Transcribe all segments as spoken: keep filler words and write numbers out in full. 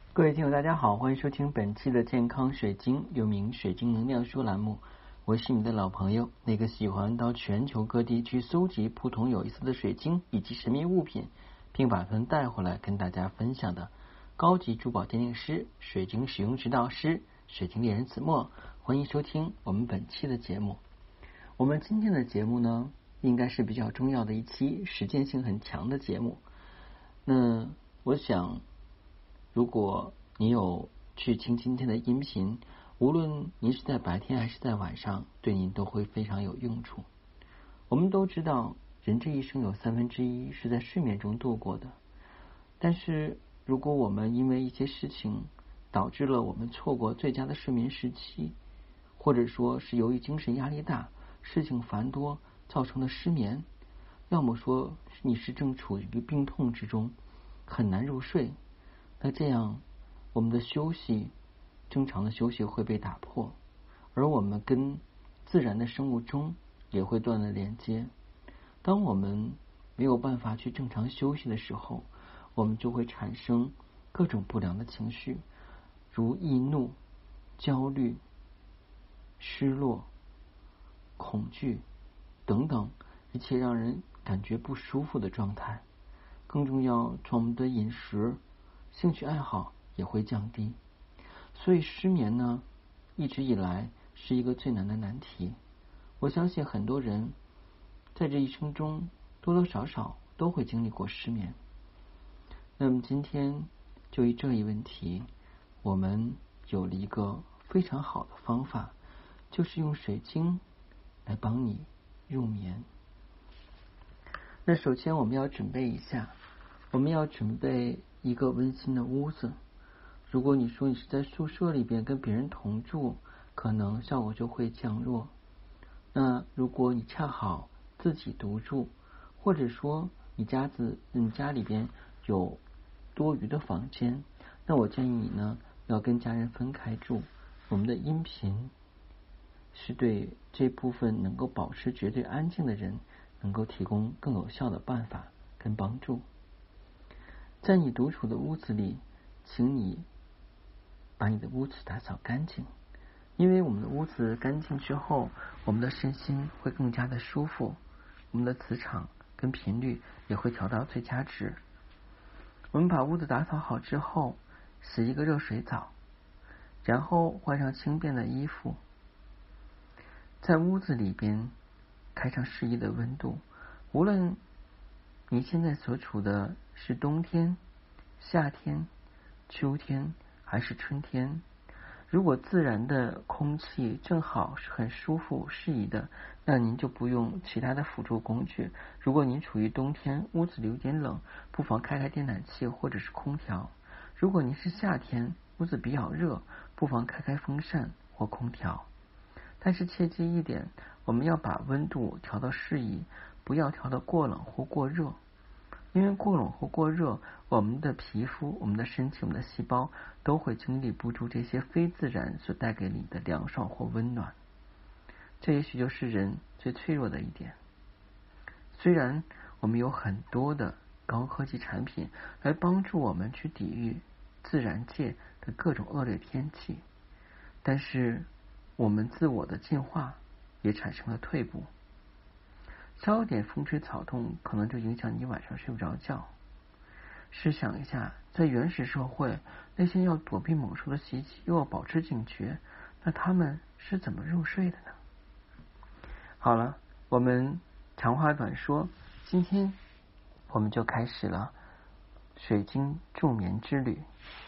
各位听友大家好，欢迎收听本期的健康水晶，又名水晶能量书栏目。我是你的老朋友，那个喜欢到全球各地去搜集不同有意思的水晶以及神秘物品，并把它们带回来跟大家分享的高级珠宝鉴定师、水晶使用指导师、水晶猎人子墨。欢迎收听我们本期的节目。我们今天的节目呢，应该是比较重要的一期实践性很强的节目。那我想如果你有去听今天的音频，无论您是在白天还是在晚上，对您都会非常有用处。我们都知道，人这一生有三分之一是在睡眠中度过的。但是，如果我们因为一些事情导致了我们错过最佳的睡眠时期，或者说是由于精神压力大、事情繁多造成的失眠，要么说你是正处于病痛之中，很难入睡，那这样我们的休息正常的休息会被打破，而我们跟自然的生物钟也会断了连接。当我们没有办法去正常休息的时候，我们就会产生各种不良的情绪，如易怒、焦虑、失落、恐惧等等一切让人感觉不舒服的状态。更重要，从我们的饮食、兴趣爱好也会降低。所以失眠呢，一直以来是一个最难的难题。我相信很多人在这一生中多多少少都会经历过失眠。那么今天就以这一问题，我们有了一个非常好的方法，就是用水晶来帮你入眠。那首先我们要准备一下，我们要准备一个温馨的屋子。如果你说你是在宿舍里边跟别人同住，可能效果就会降弱。那如果你恰好自己独住，或者说你家子你家里边有多余的房间，那我建议你呢要跟家人分开住。我们的音频是对这部分能够保持绝对安静的人能够提供更有效的办法跟帮助。在你独处的屋子里，请你把你的屋子打扫干净，因为我们的屋子干净之后，我们的身心会更加的舒服，我们的磁场跟频率也会调到最佳值。我们把屋子打扫好之后，洗一个热水澡，然后换上轻便的衣服，在屋子里边开上适宜的温度。无论你现在所处的是冬天、夏天、秋天还是春天，如果自然的空气正好是很舒服适宜的，那您就不用其他的辅助工具。如果您处于冬天，屋子里有点冷，不妨开开电暖气或者是空调。如果您是夏天，屋子比较热，不妨开开风扇或空调。但是切记一点，我们要把温度调到适宜，不要调到过冷或过热。因为过冷或过热，我们的皮肤、我们的身体、我们的细胞都会经历不住这些非自然所带给你的凉爽或温暖。这也许就是人最脆弱的一点。虽然我们有很多的高科技产品来帮助我们去抵御自然界的各种恶劣天气，但是我们自我的进化也产生了退步。稍点风吹草动可能就影响你晚上睡不着觉。试想一下，在原始社会，那些要躲避猛兽的袭击又要保持警觉，那他们是怎么入睡的呢？好了，我们长话短说，今天我们就开始了水晶助眠之旅。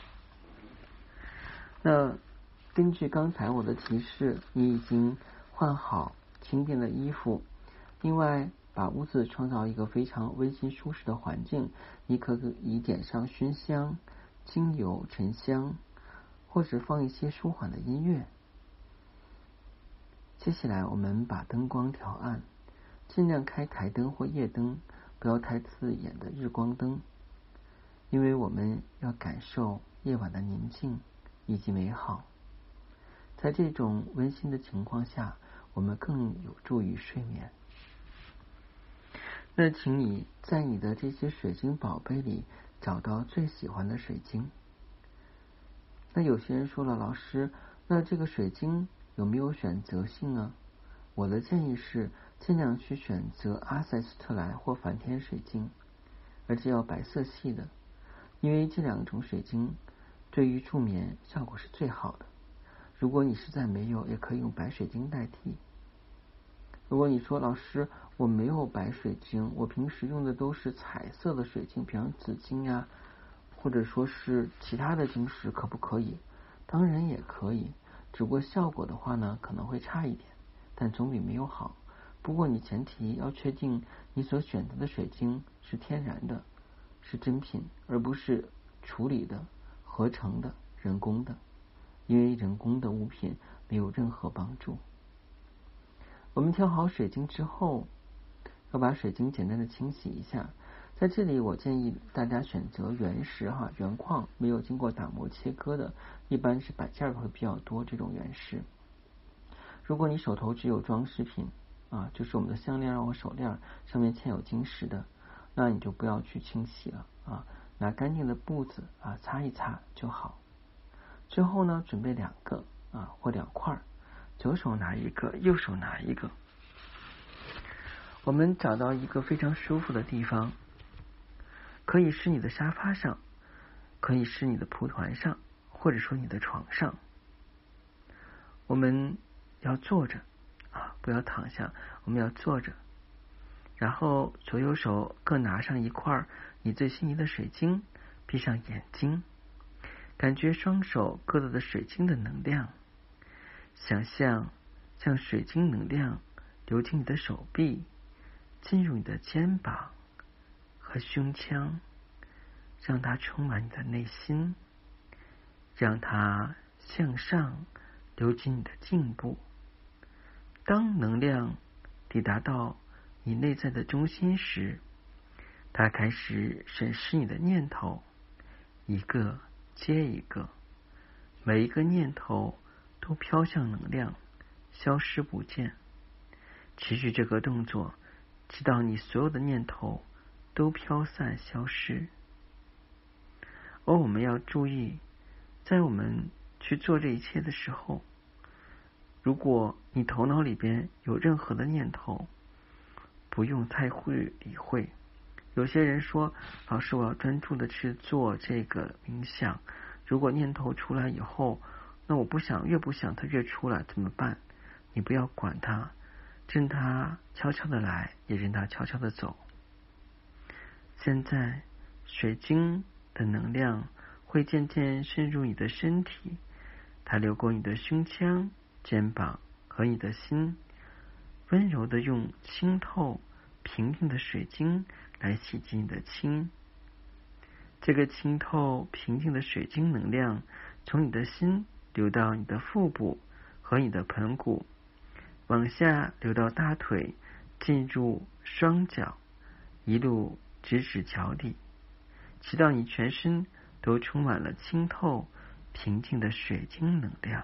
那根据刚才我的提示，你已经换好轻便的衣服，另外把屋子创造一个非常温馨舒适的环境，你可以点上熏香、精油、沉香，或者放一些舒缓的音乐。接下来我们把灯光调暗，尽量开台灯或夜灯，不要太刺眼的日光灯，因为我们要感受夜晚的宁静以及美好。在这种温馨的情况下，我们更有助于睡眠。那请你在你的这些水晶宝贝里找到最喜欢的水晶， 那有些人说了，老师，那这个水晶有没有选择性呢？我的建议是尽量去选择阿塞斯特莱或梵天水晶，而且要白色系的，因为这两种水晶对于助眠效果是最好的。如果你实在没有，也可以用白水晶代替。如果你说老师我没有白水晶，我平时用的都是彩色的水晶，比方紫晶啊，或者说是其他的晶石，可不可以？当然也可以，只不过效果的话呢可能会差一点，但总比没有好。不过你前提要确定你所选择的水晶是天然的，是真品，而不是处理的、合成的、人工的，因为人工的物品没有任何帮助。我们挑好水晶之后，要把水晶简单的清洗一下。在这里我建议大家选择原石哈，原矿，没有经过打磨切割的，一般是摆件会比较多这种原石。如果你手头只有装饰品啊，就是我们的项链或手链上面嵌有晶石的，那你就不要去清洗了啊，拿干净的布子啊擦一擦就好。之后呢，准备两个啊或两块，左手拿一个，右手拿一个。我们找到一个非常舒服的地方，可以是你的沙发上，可以是你的蒲团上，或者说你的床上。我们要坐着啊，不要躺下，我们要坐着。然后左右手各拿上一块你最心仪的水晶，闭上眼睛，感觉双手各自的水晶的能量，想象像水晶能量流进你的手臂，进入你的肩膀和胸腔，让它充满你的内心，让它向上流进你的颈部。当能量抵达到你内在的中心时，它开始审视你的念头，一个接一个，每一个念头都飘向能量，消失不见。持续这个动作，直到你所有的念头都飘散消失。而我们要注意，在我们去做这一切的时候，如果你头脑里边有任何的念头，不用太会理会。有些人说，老师我要专注的去做这个冥想，如果念头出来以后，那我不想越不想它越出来怎么办？你不要管它，任它悄悄的来，也任它悄悄的走。现在水晶的能量会渐渐渗入你的身体，它流过你的胸腔、肩膀和你的心，温柔的用清透平静的水晶来洗净你的心。这个清透平静的水晶能量从你的心流到你的腹部和你的盆骨，往下流到大腿，进入双脚，一路直指脚底，直到你全身都充满了清透平静的水晶能量。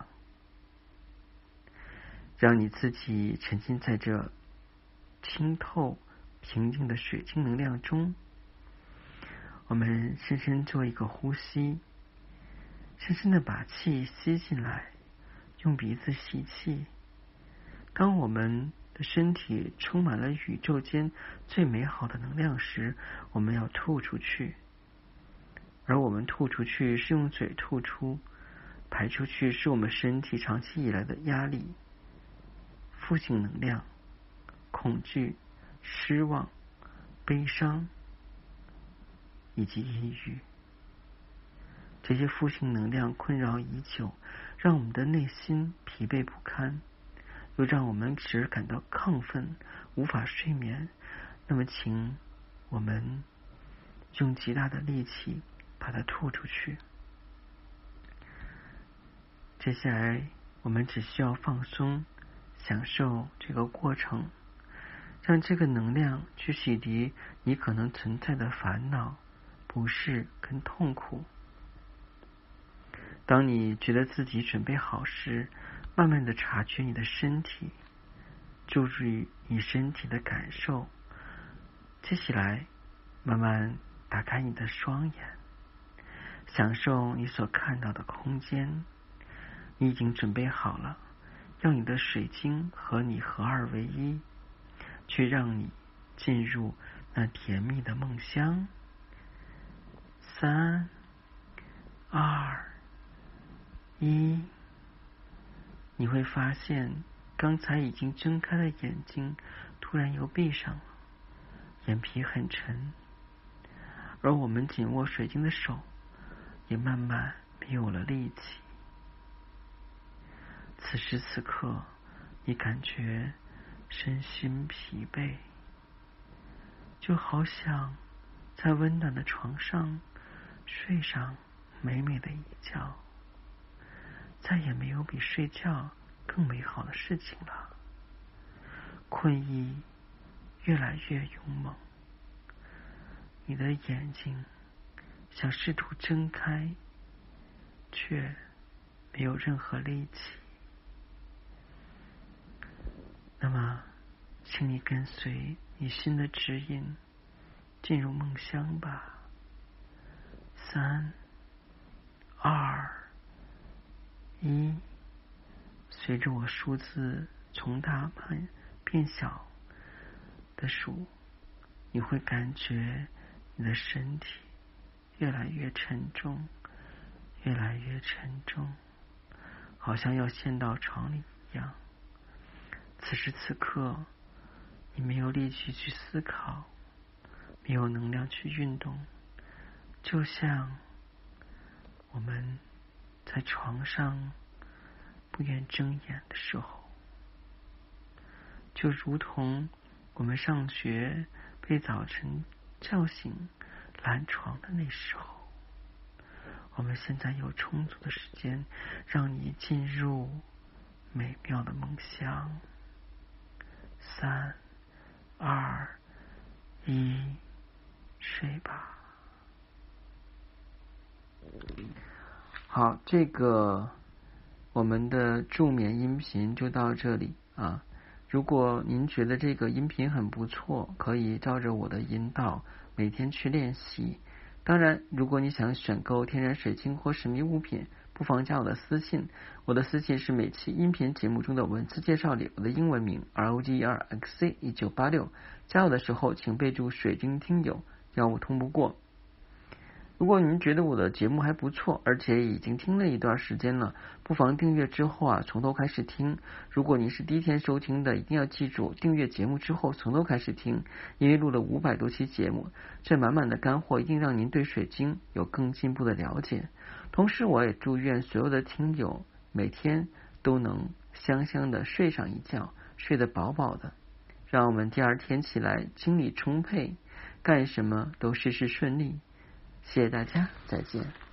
让你自己沉浸在这清透平静的水晶能量中。我们深深做一个呼吸，深深的把气吸进来，用鼻子吸气。当我们的身体充满了宇宙间最美好的能量时，我们要吐出去。而我们吐出去是用嘴吐出，排出去是我们身体长期以来的压力、负性能量、恐惧、失望、悲伤以及抑郁。这些负性能量困扰已久，让我们的内心疲惫不堪，又让我们时而感到亢奋，无法睡眠。那么请我们用极大的力气把它吐出去。接下来我们只需要放松，享受这个过程，让这个能量去洗涤你可能存在的烦恼、不适跟痛苦。当你觉得自己准备好时，慢慢的察觉你的身体，注意你身体的感受。接下来慢慢打开你的双眼， 享受你所看到的空间。你已经准备好了，让你的水晶和你合二为一，去让你进入那甜蜜的梦乡。三、二、一，你会发现刚才已经睁开的眼睛突然又闭上了，眼皮很沉，而我们紧握水晶的手也慢慢没有了力气。此时此刻，你感觉身心疲惫，就好想在温暖的床上睡上美美的一觉，再也没有比睡觉更美好的事情了。困意越来越勇猛，你的眼睛想试图睁开，却没有任何力气。那么，请你跟随你心的指引，进入梦乡吧。三、二、一，随着我数字从大慢变小的数，你会感觉你的身体越来越沉重，越来越沉重，好像要陷到床里一样。此时此刻，你没有力气去思考，没有能量去运动，就像我们在床上不愿睁眼的时候，就如同我们上学被早晨叫醒拦床的那时候。我们现在有充足的时间让你进入美妙的梦乡。三、二、一，睡吧。好，这个我们的助眠音频就到这里啊。如果您觉得这个音频很不错，可以照着我的引导每天去练习。当然，如果你想选购天然水晶或神秘物品，不妨加我的私信，我的私信是每期音频节目中的文字介绍里我的英文名 R O G E R X C 一九八六，加我的时候请备注水晶听友，让我通不过。如果您觉得我的节目还不错，而且已经听了一段时间了，不妨订阅之后啊从头开始听。如果您是第一天收听的，一定要记住订阅节目之后从头开始听，因为录了五百多期节目，这满满的干货一定让您对水晶有更进步的了解。同时我也祝愿所有的听友每天都能香香的睡上一觉，睡得饱饱的，让我们第二天起来精力充沛，干什么都事事顺利。谢谢大家，再见。